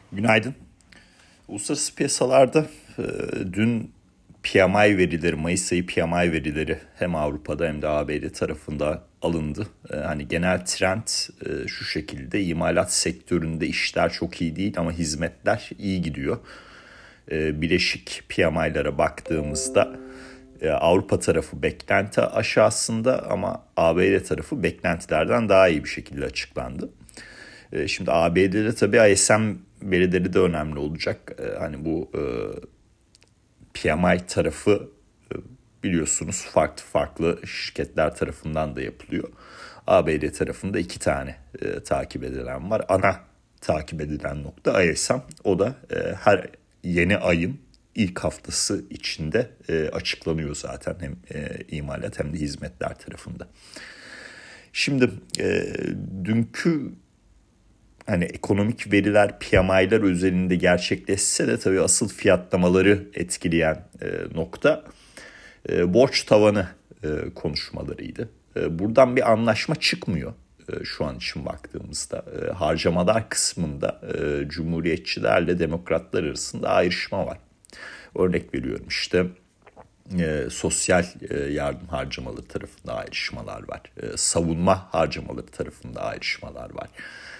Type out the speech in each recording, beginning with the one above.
Günaydın. Uluslararası piyasalarda dün PMI verileri, Mayıs ayı PMI verileri hem Avrupa'da hem de ABD tarafında alındı. Hani genel trend şu şekilde: imalat sektöründe işler çok iyi değil ama hizmetler iyi gidiyor. Bileşik PMI'lara baktığımızda Avrupa tarafı beklenti aşağısında ama ABD tarafı beklentilerden daha iyi bir şekilde açıklandı. Şimdi ABD'de tabii ISM verileri de önemli olacak. Hani bu PMI tarafı biliyorsunuz farklı farklı şirketler tarafından da yapılıyor. ABD tarafında 2 tane takip edilen var. Ana takip edilen nokta ISM. O da her yeni ayın ilk haftası içinde açıklanıyor zaten hem imalat hem de hizmetler tarafında. Şimdi dünkü hani ekonomik veriler PMI'ler özelinde gerçekleşse de tabii asıl fiyatlamaları etkileyen nokta borç tavanı konuşmalarıydı. Buradan bir anlaşma çıkmıyor şu an için baktığımızda. Harcamalar kısmında Cumhuriyetçilerle Demokratlar arasında ayrışma var. Örnek veriyorum işte sosyal yardım harcamaları tarafında ayrışmalar var. Savunma harcamaları tarafında ayrışmalar var.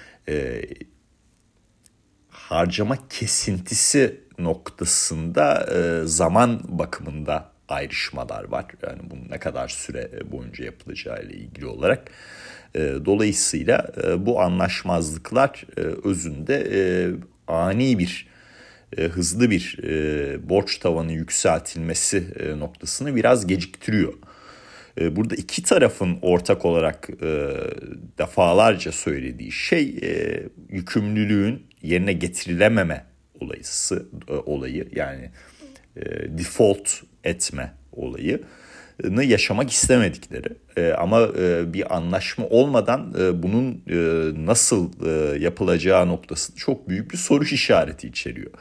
Harcama kesintisi noktasında zaman bakımında ayrışmalar var. Yani bunun ne kadar süre boyunca yapılacağı ile ilgili olarak. Dolayısıyla bu anlaşmazlıklar özünde ani bir hızlı bir borç tavanı yükseltilmesi noktasını biraz geciktiriyor. Burada iki tarafın ortak olarak defalarca söylediği şey yükümlülüğün yerine getirilememe olayı yani default etme olayını yaşamak istemedikleri ama bir anlaşma olmadan bunun nasıl yapılacağı noktasında çok büyük bir soru işareti içeriyor.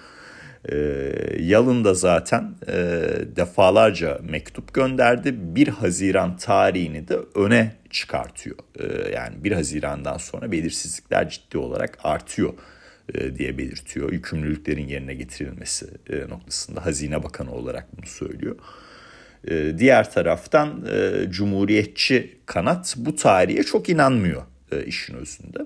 Yalın da zaten defalarca mektup gönderdi. 1 Haziran tarihini de öne çıkartıyor. Yani 1 Haziran'dan sonra belirsizlikler ciddi olarak artıyor diye belirtiyor. Yükümlülüklerin yerine getirilmesi noktasında Hazine Bakanı olarak bunu söylüyor. Diğer taraftan Cumhuriyetçi kanat bu tarihe çok inanmıyor işin özünde.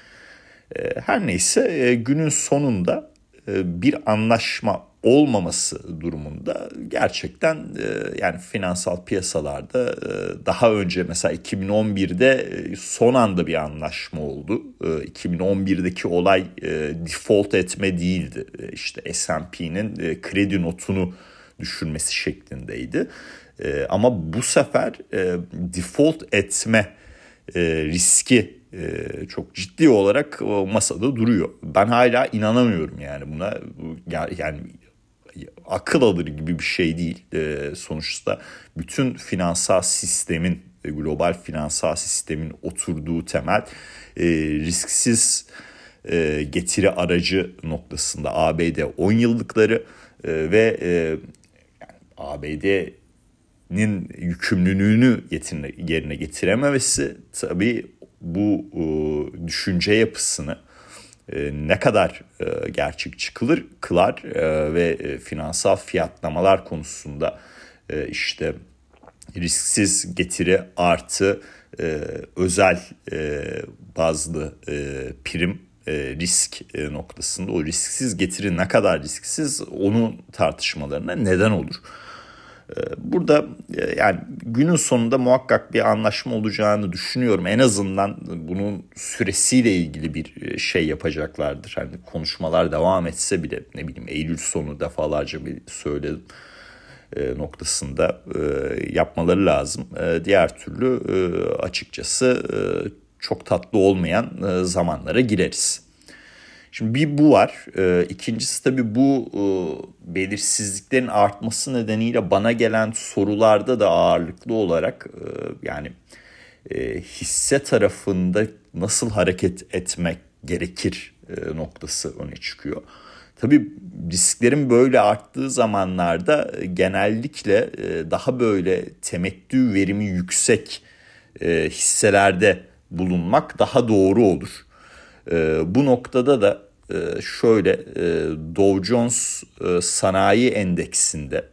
Her neyse günün sonunda bir anlaşma olmaması durumunda gerçekten yani finansal piyasalarda daha önce mesela 2011'de son anda bir anlaşma oldu. 2011'deki olay default etme değildi. İşte S&P'nin kredi notunu düşürmesi şeklindeydi. Ama bu sefer default etme riski çok ciddi olarak masada duruyor. Ben hala inanamıyorum yani buna. Yani akıl alır gibi bir şey değil. Sonuçta bütün finansal sistemin, global finansal sistemin oturduğu temel risksiz getiri aracı noktasında ABD 10 yıllıkları ve ABD'nin yükümlülüğünü yerine getirememesi tabii bu düşünce yapısını ne kadar gerçekçi kılar ve finansal fiyatlamalar konusunda işte risksiz getiri artı özel bazlı prim risk noktasında o risksiz getiri ne kadar risksiz onun tartışmalarına neden olur. Burada yani günün sonunda muhakkak bir anlaşma olacağını düşünüyorum. En azından bunun süresiyle ilgili bir şey yapacaklardır. Hani konuşmalar devam etse bile ne bileyim Eylül sonu defalarca bir söyledim noktasında yapmaları lazım. Diğer türlü açıkçası çok tatlı olmayan zamanlara gireriz. Şimdi bir bu var. İkincisi tabii bu belirsizliklerin artması nedeniyle bana gelen sorularda da ağırlıklı olarak yani hisse tarafında nasıl hareket etmek gerekir noktası öne çıkıyor. Tabii risklerin böyle arttığı zamanlarda genellikle daha böyle temettü verimi yüksek hisselerde bulunmak daha doğru olur. Bu noktada da Dow Jones Sanayi Endeksinde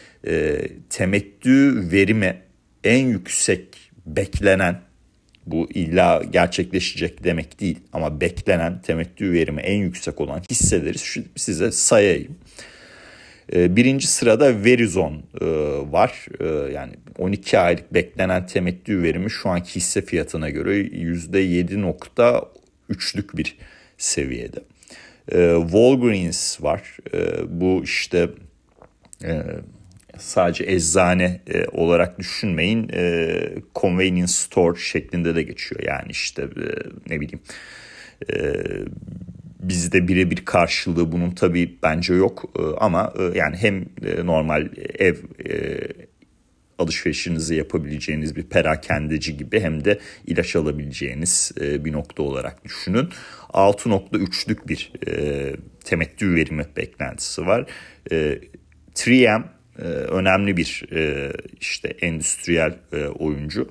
temettü verimi en yüksek beklenen, bu illa gerçekleşecek demek değil ama beklenen temettü verimi en yüksek olan hisseleri size sayayım. Birinci sırada Verizon var. Yani 12 aylık beklenen temettü verimi şu anki hisse fiyatına göre %7.3'lük bir seviyede. Walgreens var. Bu işte sadece eczane olarak düşünmeyin. Convenience store şeklinde de geçiyor. Yani işte ne bileyim, bizde birebir karşılığı bunun tabii bence yok. Ama yani hem normal ev alışverişinizi yapabileceğiniz bir perakendeci gibi hem de ilaç alabileceğiniz bir nokta olarak düşünün. 6.3'lük bir temettü verimi beklentisi var. 3M önemli bir işte endüstriyel oyuncu.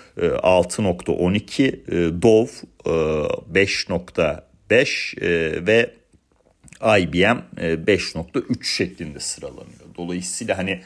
6.12, Dove 5.5 ve IBM 5.3 şeklinde sıralanıyor. Dolayısıyla hani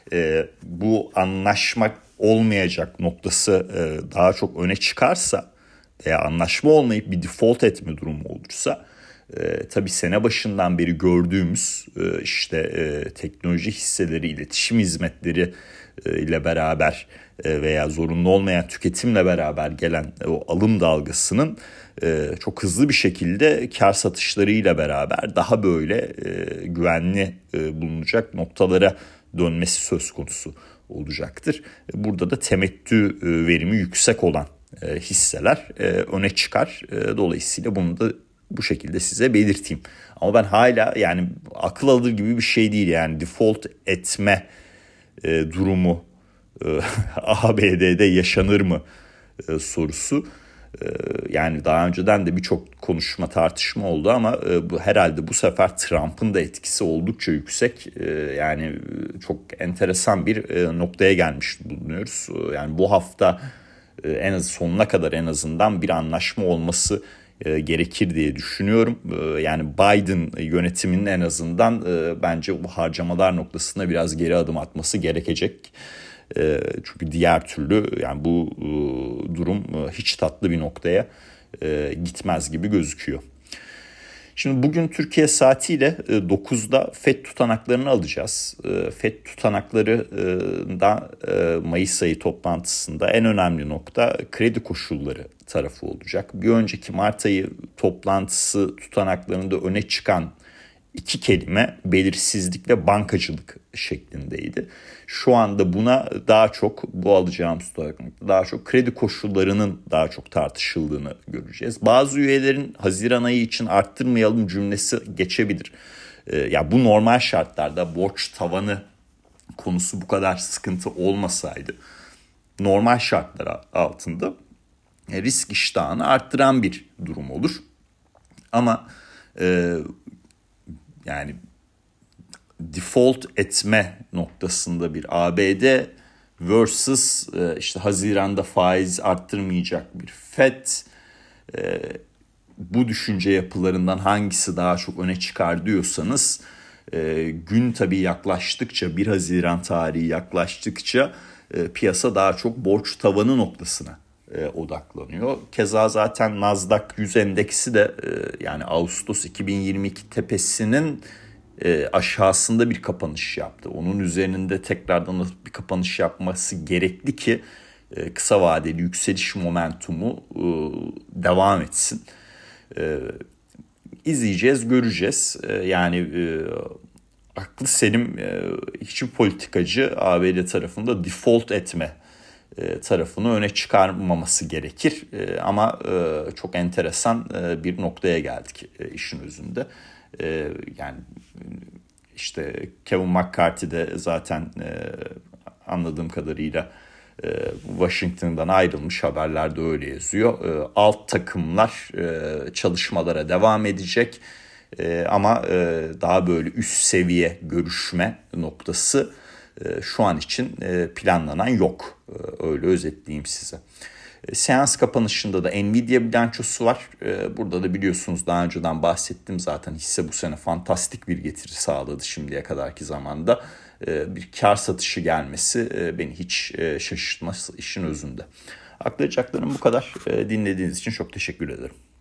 bu anlaşma olmayacak noktası daha çok öne çıkarsa veya anlaşma olmayıp bir default etme durumu olursa tabii sene başından beri gördüğümüz teknoloji hisseleri, iletişim hizmetleri ile beraber veya zorunlu olmayan tüketimle beraber gelen o alım dalgasının çok hızlı bir şekilde kar satışlarıyla beraber daha böyle güvenli bulunacak noktalara dönmesi söz konusu olacaktır. Burada da temettü verimi yüksek olan hisseler öne çıkar. Dolayısıyla bunu da bu şekilde size belirteyim. Ama ben hala yani akıl alır gibi bir şey değil, yani default etme durumu ABD'de yaşanır mı sorusu. Yani daha önceden de birçok konuşma, tartışma oldu ama herhalde bu sefer Trump'ın da etkisi oldukça yüksek. Yani çok enteresan bir noktaya gelmiş bulunuyoruz. Yani bu hafta en az sonuna kadar en azından bir anlaşma olması gerekir diye düşünüyorum. Yani Biden yönetiminin en azından bence bu harcamalar noktasında biraz geri adım atması gerekecek. Çünkü diğer türlü yani bu durum hiç tatlı bir noktaya gitmez gibi gözüküyor. Şimdi bugün Türkiye saatiyle 9'da FED tutanaklarını alacağız. FED tutanaklarında Mayıs ayı toplantısında en önemli nokta kredi koşulları tarafı olacak. Bir önceki Mart ayı toplantısı tutanaklarında öne çıkan iki kelime belirsizlik ve bankacılık şeklindeydi. Şu anda buna daha çok, bu alacağımız tutanakta daha çok kredi koşullarının daha çok tartışıldığını göreceğiz. Bazı üyelerin Haziran ayı için arttırmayalım cümlesi geçebilir. Ya bu normal şartlarda borç tavanı konusu bu kadar sıkıntı olmasaydı normal şartlar altında risk iştahını arttıran bir durum olur. Ama yani default etme noktasında bir ABD versus işte Haziran'da faiz arttırmayacak bir FED, bu düşünce yapılarından hangisi daha çok öne çıkar diyorsanız gün tabii yaklaştıkça, 1 Haziran tarihi yaklaştıkça piyasa daha çok borç tavanı noktasına odaklanıyor. Keza zaten Nasdaq 100 endeksi de yani Ağustos 2022 tepesinin aşağısında bir kapanış yaptı. Onun üzerinde tekrardan bir kapanış yapması gerekli ki kısa vadeli yükseliş momentumu devam etsin. İzleyeceğiz, göreceğiz. Yani aklı selim hiçbir politikacı ABD tarafında default etme tarafını öne çıkarmaması gerekir. Ama çok enteresan bir noktaya geldik işin özünde. Yani işte Kevin McCarthy de zaten anladığım kadarıyla Washington'dan ayrılmış, haberlerde öyle yazıyor. Alt takımlar çalışmalara devam edecek ama daha böyle üst seviye görüşme noktası şu an için planlanan yok. Öyle özetleyeyim size. Seans kapanışında da Nvidia bilançosu var. Burada da biliyorsunuz daha önceden bahsettim zaten, hisse bu sene fantastik bir getiri sağladı şimdiye kadarki zamanda. Bir kar satışı gelmesi beni hiç şaşırtmaz işin özünde. Aktaracaklarım bu kadar. Dinlediğiniz için çok teşekkür ederim.